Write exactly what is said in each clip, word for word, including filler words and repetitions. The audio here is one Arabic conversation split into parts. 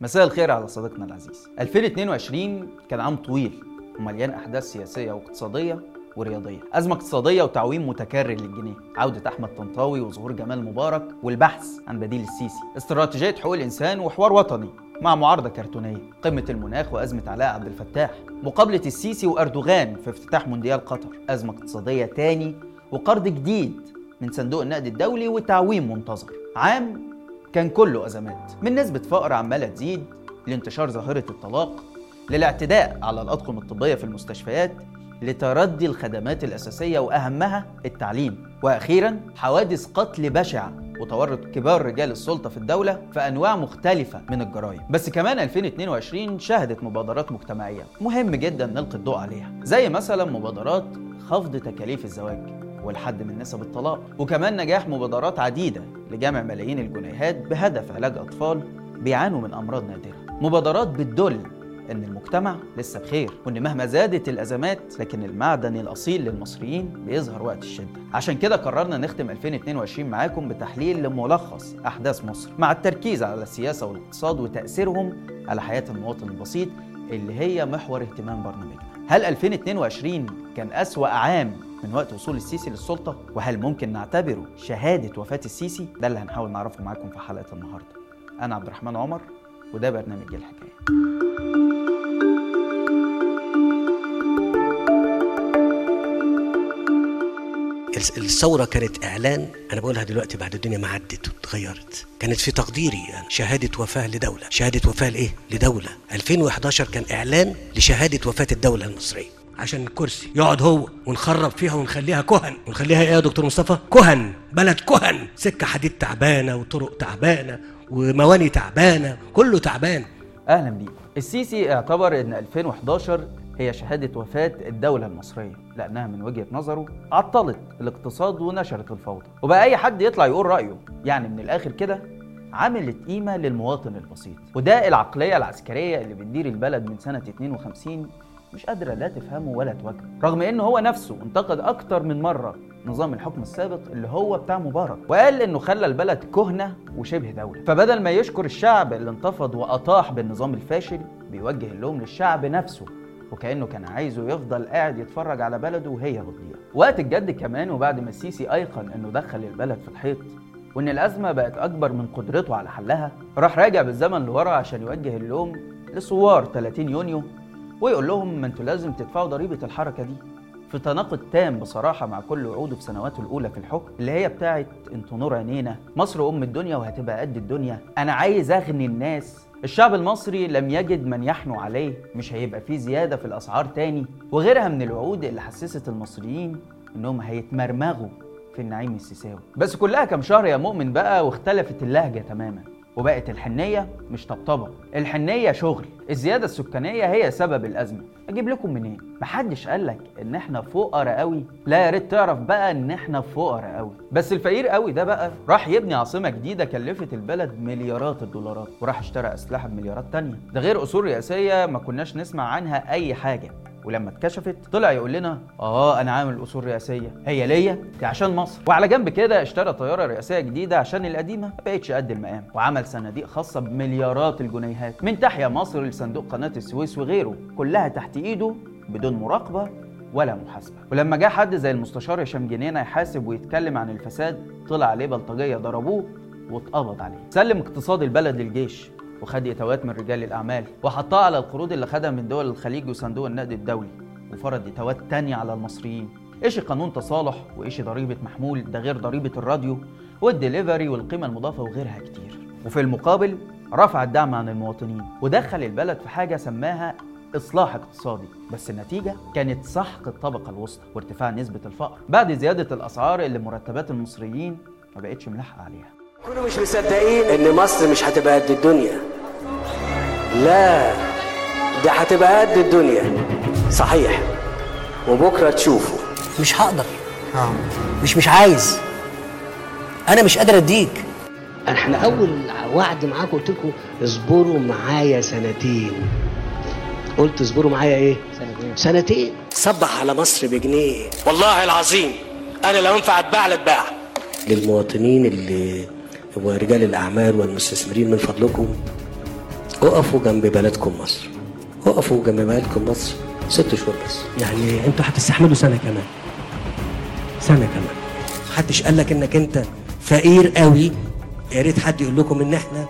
مساء الخير على صديقنا العزيز. ألفين واثنين وعشرين كان عام طويل ومليان أحداث سياسية واقتصادية ورياضية. أزمة اقتصادية وتعويم متكرر للجنيه، عودة أحمد طنطاوي وظهور جمال مبارك والبحث عن بديل السيسي، استراتيجية حقوق الإنسان وحوار وطني مع معارضة كرتونية، قمة المناخ وأزمة علاء عبد الفتاح، مقابلة السيسي وأردوغان في افتتاح مونديال قطر، أزمة اقتصادية تاني وقرض جديد من صندوق النقد الدولي وتعويم منتظر. عام كان كله أزمات، من نسبة فقر عمالة تزيد لانتشار ظاهرة الطلاق، للاعتداء على الأطقم الطبية في المستشفيات، لتردي الخدمات الأساسية وأهمها التعليم، وأخيراً حوادث قتل بشعة وتورط كبار رجال السلطة في الدولة في أنواع مختلفة من الجرائم. بس كمان ألفين واثنين وعشرين شهدت مبادرات مجتمعية مهم جدا نلقي الضوء عليها، زي مثلا مبادرات خفض تكاليف الزواج والحد من نسب الطلاق، وكمان نجاح مبادرات عديدة لجمع ملايين الجنيهات بهدف علاج أطفال بيعانوا من أمراض نادرة. مبادرات بتدل إن المجتمع لسه بخير، وإن مهما زادت الأزمات لكن المعدن الأصيل للمصريين بيظهر وقت الشدة. عشان كده قررنا نختم ألفين واثنين وعشرين معاكم بتحليل لملخص أحداث مصر، مع التركيز على السياسة والاقتصاد وتأثيرهم على حياة المواطن البسيط اللي هي محور اهتمام برنامجنا. هل ألفين واثنين وعشرين كان أسوأ عام من وقت وصول السيسي للسلطة؟ وهل ممكن نعتبره شهادة وفاة السيسي؟ ده اللي هنحاول نعرفه معاكم في حلقة النهاردة. أنا عبد الرحمن عمر وده برنامج الحكاية. الثورة كانت إعلان، أنا بقولها دلوقتي بعد الدنيا ما عدت واتغيرت، كانت في تقديري يعني شهادة وفاة لدولة. شهادة وفاة لإيه؟ لدولة. ألفين وإحدى عشر كان إعلان لشهادة وفاة الدولة المصرية، عشان الكرسي يقعد هو ونخرب فيها ونخليها كهن. ونخليها إيه يا دكتور مصطفى؟ كهن، بلد كهن، سكة حديد تعبانة وطرق تعبانة ومواني تعبانة، كله تعبان. أهلا بيك. السيسي اعتبر إن ألفين وإحدى عشر هي شهادة وفاة الدولة المصرية، لأنها من وجهة نظره عطلت الاقتصاد ونشرت الفوضى، وبقى أي حد يطلع يقول رأيه، يعني من الآخر كده عملت قيمة للمواطن البسيط. وده العقلية العسكرية اللي بتدير البلد من سنة اثنين وخمسين مش قادرة لا تفهمه ولا تواجهه، رغم إنه هو نفسه انتقد أكتر من مرة نظام الحكم السابق اللي هو بتاع مبارك، وقال إنه خلى البلد كهنة وشبه دولة. فبدل ما يشكر الشعب اللي انتفض وأطاح بالنظام الفاشل، بيوجه اللوم للشعب نفسه، وكأنه كان عايزه يفضل قاعد يتفرج على بلده وهي بتضيع. وقت الجد كمان، وبعد ما السيسي أيقن إنه دخل البلد في الحيط وإن الأزمة بقت أكبر من قدرته على حلها، راح راجع بالزمن لورا عشان يوجه اللوم لثوار ثلاثين يونيو ويقول لهم ما انتوا لازم تدفعوا ضريبة الحركة دي، في تناقض تام بصراحة مع كل وعوده في سنواته الأولى في الحكم، اللي هي بتاعت انتوا نور عينينا، مصر أم الدنيا وهتبقى قد الدنيا، أنا عايز أغني الناس، الشعب المصري لم يجد من يحنو عليه، مش هيبقى فيه زيادة في الأسعار تاني، وغيرها من الوعود اللي حسست المصريين إنهم هيتمرمغوا في النعيم السيساوي. بس كلها كام شهر يا مؤمن بقى واختلفت اللهجة تماما، وبقت الحنية مش طبطبة، الحنية شغل. الزيادة السكانية هي سبب الأزمة. أجيب لكم منين؟ محدش قالك إن إحنا فقراء قوي، لا يا ريت تعرف بقى إن إحنا فقراء قوي. بس الفقير قوي ده بقى راح يبني عاصمة جديدة كلفت البلد مليارات الدولارات، وراح اشترى أسلحة بمليارات تانية، ده غير أصول رئاسية ما كناش نسمع عنها أي حاجة، ولما اتكشفت طلع يقول لنا اه انا عامل اصول رئاسيه، هي ليا دي عشان مصر. وعلى جنب كده اشترى طياره رئاسيه جديده عشان القديمه ما بقتش قد المقام، وعمل صناديق خاصه بمليارات الجنيهات من تحيا مصر لصندوق قناه السويس وغيره، كلها تحت ايده بدون مراقبه ولا محاسبه. ولما جه حد زي المستشار هشام جنينه يحاسب ويتكلم عن الفساد، طلع عليه بلطجيه ضربوه واتقبض عليه. سلم اقتصاد البلد للجيش وخد يتوات من رجال الأعمال وحطها على القروض اللي خدها من دول الخليج وصندوق النقد الدولي، وفرض يتوات تانية على المصريين، إيش قانون تصالح وإيش ضريبة محمول، ده غير ضريبة الراديو والدليفري والقيمة المضافة وغيرها كتير. وفي المقابل رفع الدعم عن المواطنين ودخل البلد في حاجة سماها إصلاح اقتصادي، بس النتيجة كانت سحق الطبقة الوسطى وارتفاع نسبة الفقر بعد زيادة الأسعار اللي مرتبات المصريين ما بقتش ملحقة عليها. كانوا مش مصدقين ان مصر مش هتبقى قد الدنيا، لا ده هتبقى قد الدنيا صحيح، وبكره تشوفوا. مش هقدر، مش مش عايز، انا مش قادر اديك. احنا اول وعد معاكم قلت لكم اصبروا معايا سنتين، قلت اصبروا معايا ايه؟ سنتين. سنتين صبح على مصر بجنيه، والله العظيم انا لو ينفع اتباع لاتباع. للمواطنين اللي ورجال الاعمال والمستثمرين، من فضلكم اقفوا جنب بلدكم مصر، اقفوا جنب بلدكم مصر ست شهور بس. يعني انتوا هتستحملوا سنه كمان، سنه كمان. محدش قال لك انك انت فقير قوي، يا ريت حد يقول لكم ان احنا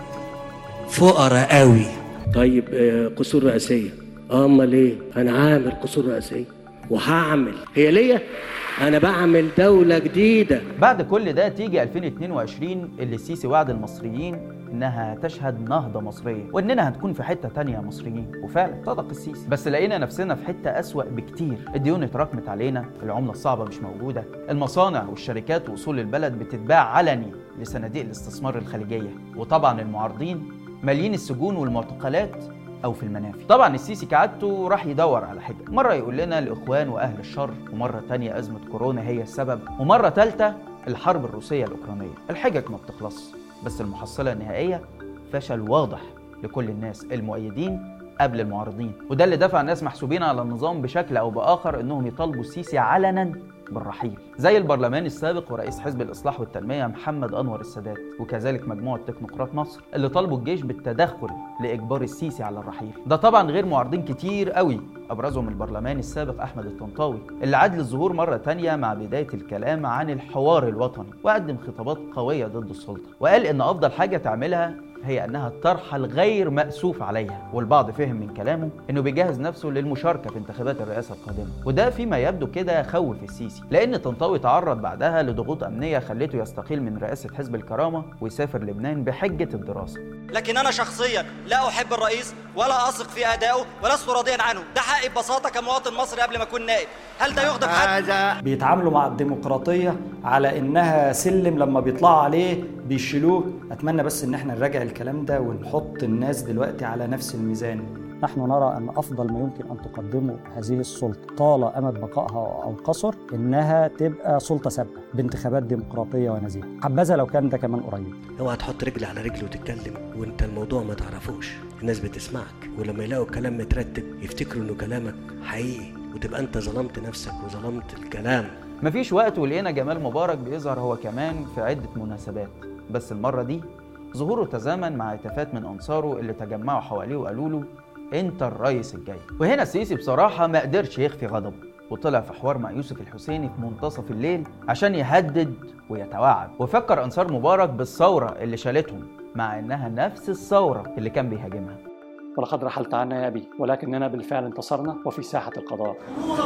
فقراء قوي. طيب آه قصور رئاسيه، اه امال ايه؟ انا عامل قصور رئاسيه وهعمل، هي ليا انا بعمل دوله جديده. بعد كل ده تيجي ألفين واتنين وعشرين اللي السيسي وعد المصريين انها تشهد نهضه مصريه واننا هنكون في حته تانية مصريين، وفعلا صدق السيسي. بس لقينا نفسنا في حته اسوأ بكتير، الديون اتراكمت علينا، العمله الصعبه مش موجوده، المصانع والشركات واصول البلد بتتباع علني لصناديق الاستثمار الخليجيه، وطبعا المعارضين مالين السجون والمعتقلات او في المنافي. طبعا السيسي كعادته راح يدور على حاجه، مره يقول لنا الاخوان واهل الشر، ومره تانية ازمه كورونا هي السبب، ومره ثالثه الحرب الروسيه الاوكرانيه. الحجج ما بتخلصش، بس المحصله النهائيه فشل واضح لكل الناس المؤيدين قبل المعارضين، وده اللي دفع الناس محسوبين على النظام بشكل او باخر انهم يطالبوا السيسي علنا بالرحيل، زي البرلمان السابق ورئيس حزب الاصلاح والتنميه محمد انور السادات، وكذلك مجموعه تكنوقراط مصر اللي طالبوا الجيش بالتدخل لاجبار السيسي على الرحيل. ده طبعا غير معارضين كتير قوي، ابرزهم البرلمان السابق احمد الطنطاوي اللي عاد للظهور مره تانية مع بدايه الكلام عن الحوار الوطني، وقدم خطابات قويه ضد السلطه، وقال ان افضل حاجه تعملها هي انها ترحل غير مأسوف عليها. والبعض فهم من كلامه انه بيجهز نفسه للمشاركه في انتخابات الرئاسه القادمه، وده فيما يبدو كده خوف السيسي، لان طنطاوي تعرض بعدها لضغوط امنيه خلته يستقيل من رئاسه حزب الكرامه ويسافر لبنان بحجه الدراسه. لكن انا شخصيا لا احب الرئيس ولا اثق في ادائه ولست راضيا عنه، ده حقي ببساطه كمواطن مصري قبل ما اكون نائب. هل ده يغضب حد؟ بيتعاملوا مع الديمقراطيه على انها سلم لما بيطلعوا عليه بيشيلوه. اتمنى بس ان احنا نراجع الكلام ده ونحط الناس دلوقتي على نفس الميزان. نحن نرى أن أفضل ما يمكن أن تقدمه هذه السلطة طال أمد بقائها أو قصر إنها تبقى سلطة ثابتة بانتخابات ديمقراطية ونزيهة، حبذا لو كان ده كمان قريب. اوعى تحط رجل على رجل وتتكلم وانت الموضوع ما تعرفوش، الناس بتسمعك ولما يلاقوا الكلام مترتب يفتكروا انه كلامك حقيقي وتبقى انت ظلمت نفسك وظلمت الكلام. مفيش وقت ولقينا جمال مبارك بيظهر هو كمان في عدة مناسبات، بس المرة دي ظهوره تزامن مع هتافات من أنصاره اللي تجمعوا حواليه وقالوا له أنت الرئيس الجاي. وهنا السيسي بصراحة ما قدرش يخفي غضبه، وطلع في حوار مع يوسف الحسيني في منتصف الليل عشان يهدد ويتوعد، وفكر أنصار مبارك بالثورة اللي شالتهم مع إنها نفس الثورة اللي كان بيهاجمها. ولقد رحلت عنا يا أبي ولكننا بالفعل انتصرنا وفي ساحة القضاء.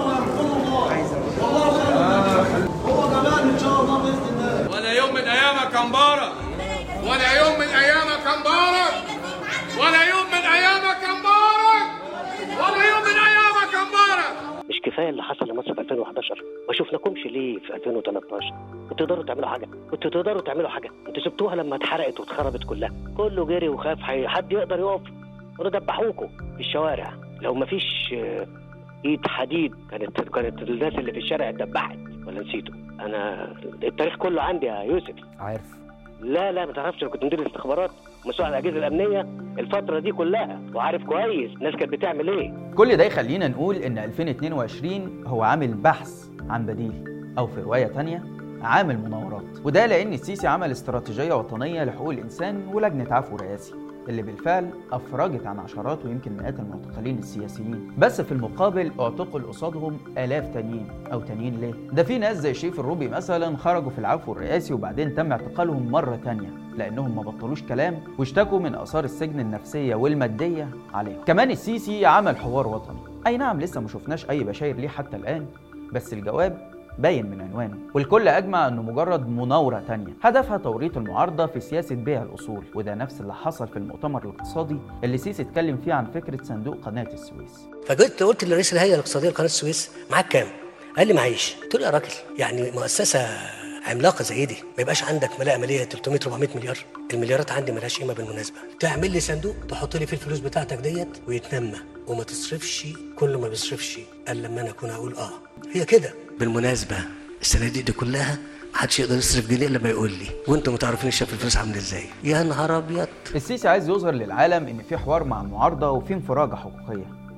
هو كمان إن شاء الله بإذن الله. ولا يوم من أيامك يا مبارك، ولا يوم من أيامك يا مبارك، ولا يوم من أيامك يا مبارك، ولا يوم من أيامك يا مبارك. مش كفايه اللي حصل لمصر في ألفين وحداشر؟ ما شفناكمش ليه في ألفين وتلتاشر؟ كنتوا تقدروا تعملوا حاجه، كنتوا تقدروا تعملوا حاجه، انتوا سبتوها لما اتحرقت واتخربت كلها، كله جري وخاف حد يقدر يقف، كانوا دبحوكوا في الشوارع. لو ما فيش ايد حديد كانت كانت الناس اللي في الشارع اتدبحت. ولا نسيته؟ انا التاريخ كله عندي يا يوسف. عارف؟ لا لا ما تعرفش، انا كنت مدير الاستخبارات مسؤول عن الاجهزه الامنيه الفتره دي كلها، وعارف كويس الناس كانت بتعمل ايه. كل ده يخلينا نقول ان ألفين واتنين وعشرين هو عامل بحث عن بديل، او في روايه تانية عامل مناورات، وده لان السيسي عمل استراتيجيه وطنيه لحقوق الانسان ولجنه عفو رئاسي اللي بالفعل افرجت عن عشرات ويمكن مئات المعتقلين السياسيين، بس في المقابل اعتقل قصادهم الاف تانيين. او تانيين ليه؟ ده في ناس زي شريف الروبي مثلا خرجوا في العفو الرئاسي وبعدين تم اعتقالهم مره تانية لانهم ما بطلوش كلام واشتكوا من اثار السجن النفسيه والماديه عليهم. كمان السيسي عمل حوار وطني، اي نعم لسه ما شفناش اي بشاير ليه حتى الان، بس الجواب باين من عنوانه، والكل اجمع انه مجرد مناوره تانية هدفها توريط المعارضه في سياسه بيع الاصول، وده نفس اللي حصل في المؤتمر الاقتصادي اللي سيسي اتكلم فيه عن فكره صندوق قناه السويس. فجيت قلت لرئيس الهيئه الاقتصاديه لقناه السويس معاك كام؟ قال لي معيش. قلت له يا راجل يعني مؤسسه عملاقه زي دي ما يبقاش عندك ملاءه ماليه ثلاثمية أربعمية مليار؟ المليارات عندي مالهاش قيمه بالمناسبه. تعمل لي صندوق تحط لي فيه الفلوس بتاعتك ديت ويتنمى وما تصرفش كل ما بيصرفش الا لما انا اكون اقول اه هي كده. بالمناسبه الصناديق دي كلها محدش يقدر يصرف جنيه الا ما يقول لي، وانتم ما تعرفين شاف الفلوس عامل ازاي. يا نهار ابيض. السيسي عايز يظهر للعالم ان في حوار مع المعارضه وفي انفراجه حقوقيه،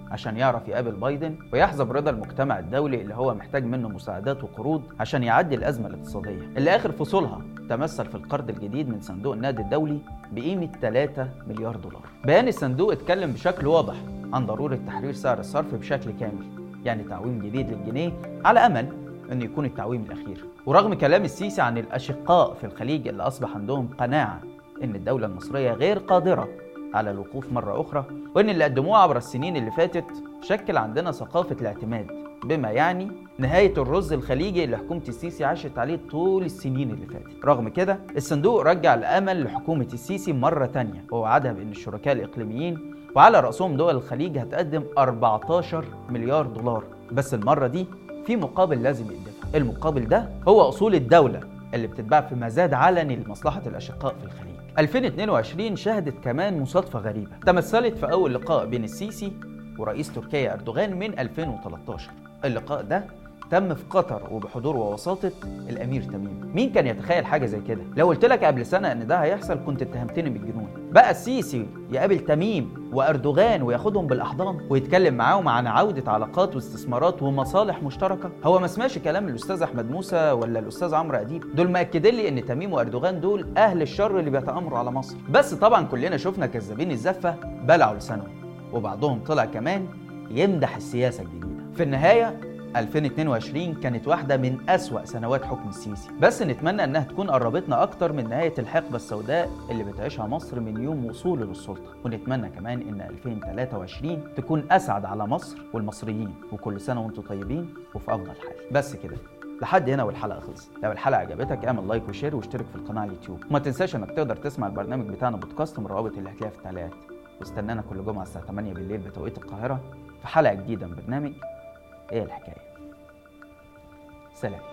عشان يعرف يقابل بايدن ويحظى برضا المجتمع الدولي اللي هو محتاج منه مساعدات وقروض عشان يعدي الأزمة الاقتصادية اللي آخر فصولها تمثل في القرض الجديد من صندوق النقد الدولي بقيمة ثلاثة مليار دولار. بيان الصندوق اتكلم بشكل واضح عن ضرورة تحرير سعر الصرف بشكل كامل، يعني تعويم جديد للجنيه على أمل أنه يكون التعويم الأخير. ورغم كلام السيسي عن الأشقاء في الخليج اللي أصبح عندهم قناعة أن الدولة المصرية غير قادرة على الوقوف مرة أخرى، وأن اللي قدموه عبر السنين اللي فاتت شكل عندنا ثقافة الاعتماد، بما يعني نهاية الرز الخليجي اللي حكومة السيسي عاشت عليه طول السنين اللي فاتت. رغم كده الصندوق رجع الأمل لحكومة السيسي مرة تانية ووعدها بأن الشركاء الإقليميين وعلى رأسهم دول الخليج هتقدم أربعتاشر مليار دولار، بس المرة دي في مقابل لازم يدفع. المقابل ده هو أصول الدولة اللي بتتباع في مزاد علني لمصلحة الأشقاء في الخليج. ألفين واثنين وعشرين شهدت كمان مصادفة غريبة تمثلت في أول لقاء بين السيسي ورئيس تركيا أردوغان من ألفين وثلاثة عشر. اللقاء ده تم في قطر وبحضور ووساطة الأمير تميم. مين كان يتخيل حاجة زي كده؟ لو قلت لك قبل سنة إن ده هيحصل كنت اتهمتني بالجنون. بقى السيسي يقابل تميم وأردوغان وياخدهم بالأحضان ويتكلم معاهم عن عودة علاقات واستثمارات ومصالح مشتركة. هو ما سمعش كلام الأستاذ أحمد موسى ولا الأستاذ عمرو أديب، دول مأكدين لي إن تميم وأردوغان دول أهل الشر اللي بيتآمروا على مصر. بس طبعا كلنا شفنا كذابين الزفة بلعوا لسانهم، وبعضهم طلع كمان يمدح السياسة الجديدة. في النهاية ألفين واثنين وعشرين كانت واحدة من أسوأ سنوات حكم السيسي، بس نتمنى أنها تكون قربتنا أكتر من نهاية الحقبة السوداء اللي بتعيشها مصر من يوم وصوله للسلطة. ونتمنى كمان أن ألفين وثلاثة وعشرين تكون أسعد على مصر والمصريين، وكل سنة وانتم طيبين وفي أفضل حال. بس كده لحد هنا والحلقة خلصت. لو الحلقة عجبتك اعمل لايك وشير واشترك في القناة على اليوتيوب، وما تنساش انك تقدر تسمع البرنامج بتاعنا بودكاست من الروابط اللي هتلاقيها في التعليقات. واستنانا كل جمعة الساعة ثمانية بالليل بتوقيت القاهرة في حلقة جديدة من برنامج ايه الحكاية. سلام.